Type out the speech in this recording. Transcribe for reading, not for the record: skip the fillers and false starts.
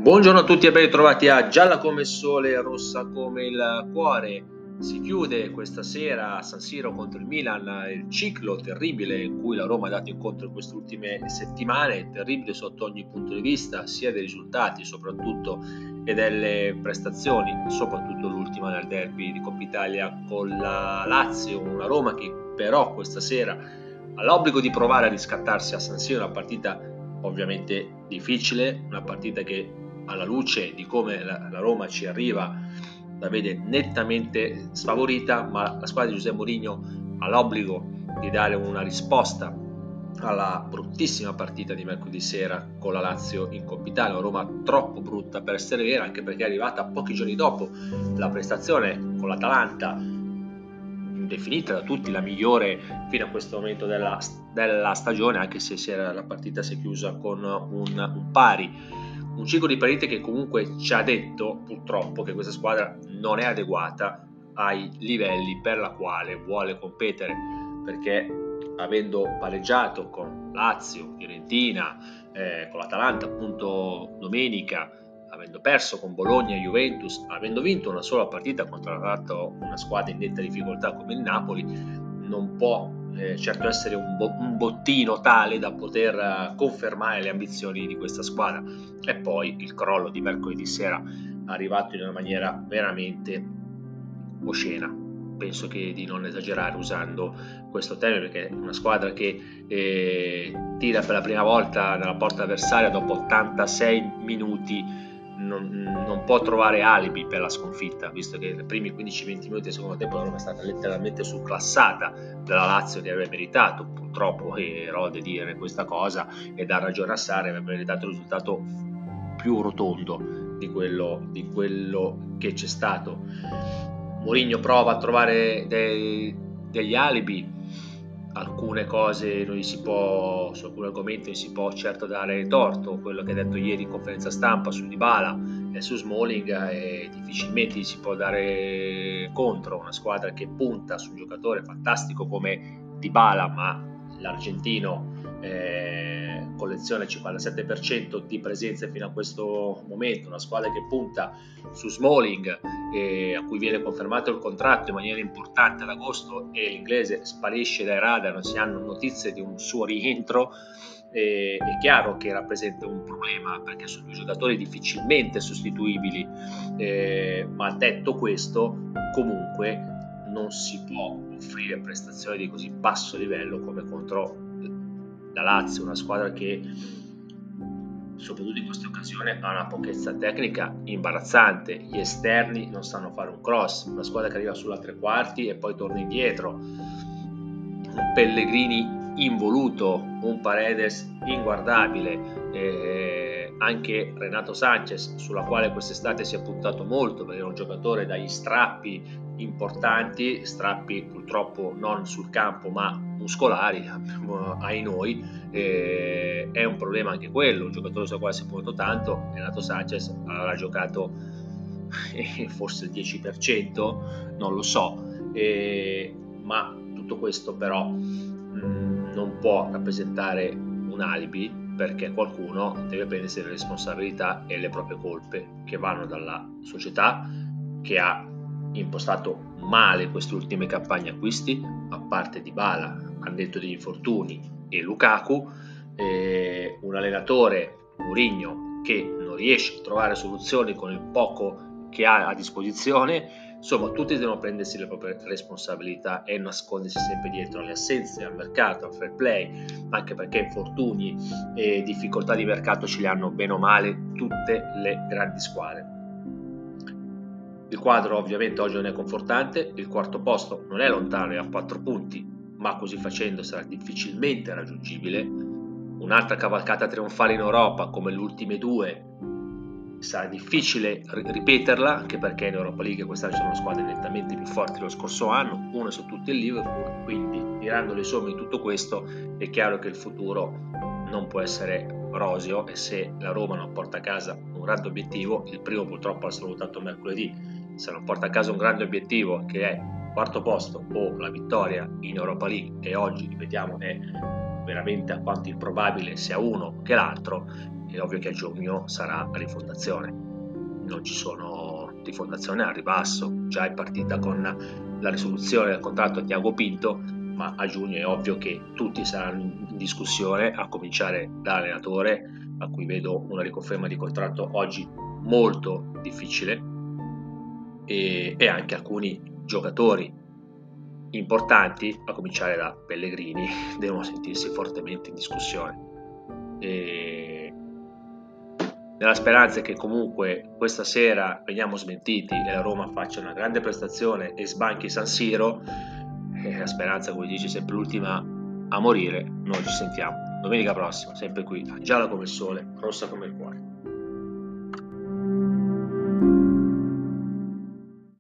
Buongiorno a tutti e ben ritrovati a Gialla come il sole, rossa come il cuore. Si chiude questa sera a San Siro contro il Milan il ciclo terribile in cui la Roma ha dato incontro in queste ultime settimane, terribile sotto ogni punto di vista, sia dei risultati soprattutto e delle prestazioni, soprattutto l'ultima nel derby di Coppa Italia con la Lazio, una Roma che però questa sera ha l'obbligo di provare a riscattarsi a San Siro, una partita ovviamente difficile, una partita che alla luce di come la Roma ci arriva la vede nettamente sfavorita, ma la squadra di José Mourinho ha l'obbligo di dare una risposta alla bruttissima partita di mercoledì sera con la Lazio in Coppa Italia, una Roma troppo brutta per essere vera, anche perché è arrivata pochi giorni dopo la prestazione con l'Atalanta, definita da tutti la migliore fino a questo momento della stagione, anche se la partita si è chiusa con un pari. Un ciclo di partite che comunque ci ha detto purtroppo che questa squadra non è adeguata ai livelli per la quale vuole competere, perché avendo pareggiato con Lazio, Fiorentina, con l'Atalanta appunto domenica, avendo perso con Bologna e Juventus, avendo vinto una sola partita contro una squadra in netta difficoltà come il Napoli, non può certo essere un bottino tale da poter confermare le ambizioni di questa squadra. E poi il crollo di mercoledì sera arrivato in una maniera veramente oscena, penso che di non esagerare usando questo termine, perché è una squadra che tira per la prima volta nella porta avversaria dopo 86 minuti non può trovare alibi per la sconfitta, visto che nei primi 15-20 minuti del secondo tempo la Roma è stata letteralmente surclassata dalla Lazio, che aveva meritato, purtroppo erode dire questa cosa e dar ragione a Sarri, aveva meritato il risultato più rotondo di quello che c'è stato. Mourinho prova a trovare degli alibi, alcune cose su alcuni argomenti non si può certo dare torto, quello che ha detto ieri in conferenza stampa su Dybala e su Smalling, e difficilmente si può dare contro una squadra che punta su un giocatore fantastico come Dybala, ma l'argentino colleziona il 57% di presenze fino a questo momento, una squadra che punta su Smalling, a cui viene confermato il contratto in maniera importante ad agosto e l'inglese sparisce dai radar, non si hanno notizie di un suo rientro. È chiaro che rappresenta un problema, perché sono due giocatori difficilmente sostituibili, ma detto questo, comunque non si può offrire prestazioni di così basso livello come contro la Lazio, una squadra che soprattutto in queste occasioni ha una pochezza tecnica imbarazzante, gli esterni non sanno fare un cross, una squadra che arriva sulla tre quarti e poi torna indietro, un Pellegrini involuto, un Paredes inguardabile, anche Renato Sanchez, sulla quale quest'estate si è puntato molto perché è un giocatore dagli strappi importanti, strappi purtroppo non sul campo ma muscolari, ai noi, è un problema anche quello, un giocatore sulla quale si è puntato tanto. Renato Sanchez avrà giocato forse il 10%, non lo so, ma tutto questo però non può rappresentare un alibi, perché qualcuno deve prendersi le responsabilità e le proprie colpe, che vanno dalla società, che ha impostato male queste ultime campagne acquisti, a parte Dybala, hanno detto degli infortuni, e Lukaku, un allenatore, Mourinho, che non riesce a trovare soluzioni con il poco che ha a disposizione. Insomma, tutti devono prendersi le proprie responsabilità e nascondersi sempre dietro alle assenze, al mercato, al fair play, anche perché infortuni e difficoltà di mercato ce li hanno bene o male tutte le grandi squadre. Il quadro ovviamente oggi non è confortante, il quarto posto non è lontano, è a 4 punti, ma così facendo sarà difficilmente raggiungibile. Un'altra cavalcata trionfale in Europa come le ultime due sarà difficile ripeterla, anche perché in Europa League quest'anno ci sono squadre nettamente più forti dello scorso anno, una su tutte il Liverpool, quindi tirando le somme di tutto questo è chiaro che il futuro non può essere roseo, e se la Roma non porta a casa un grande obiettivo, il primo purtroppo ha salutato mercoledì, se non porta a casa un grande obiettivo che è quarto posto o la vittoria in Europa League, e oggi ripetiamo è veramente alquanto improbabile sia uno che l'altro, è ovvio che a giugno sarà rifondazione, non ci sono rifondazione al ribasso, già è partita con la risoluzione del contratto a Tiago Pinto, ma a giugno è ovvio che tutti saranno in discussione, a cominciare dall'allenatore, a cui vedo una riconferma di contratto oggi molto difficile, e anche alcuni giocatori importanti, a cominciare da Pellegrini, devono sentirsi fortemente in discussione. E nella speranza che comunque questa sera veniamo smentiti e la Roma faccia una grande prestazione e sbanchi San Siro, la speranza, come dice, sempre l'ultima a morire. Noi ci sentiamo domenica prossima, sempre qui, gialla come il sole, rossa come il cuore.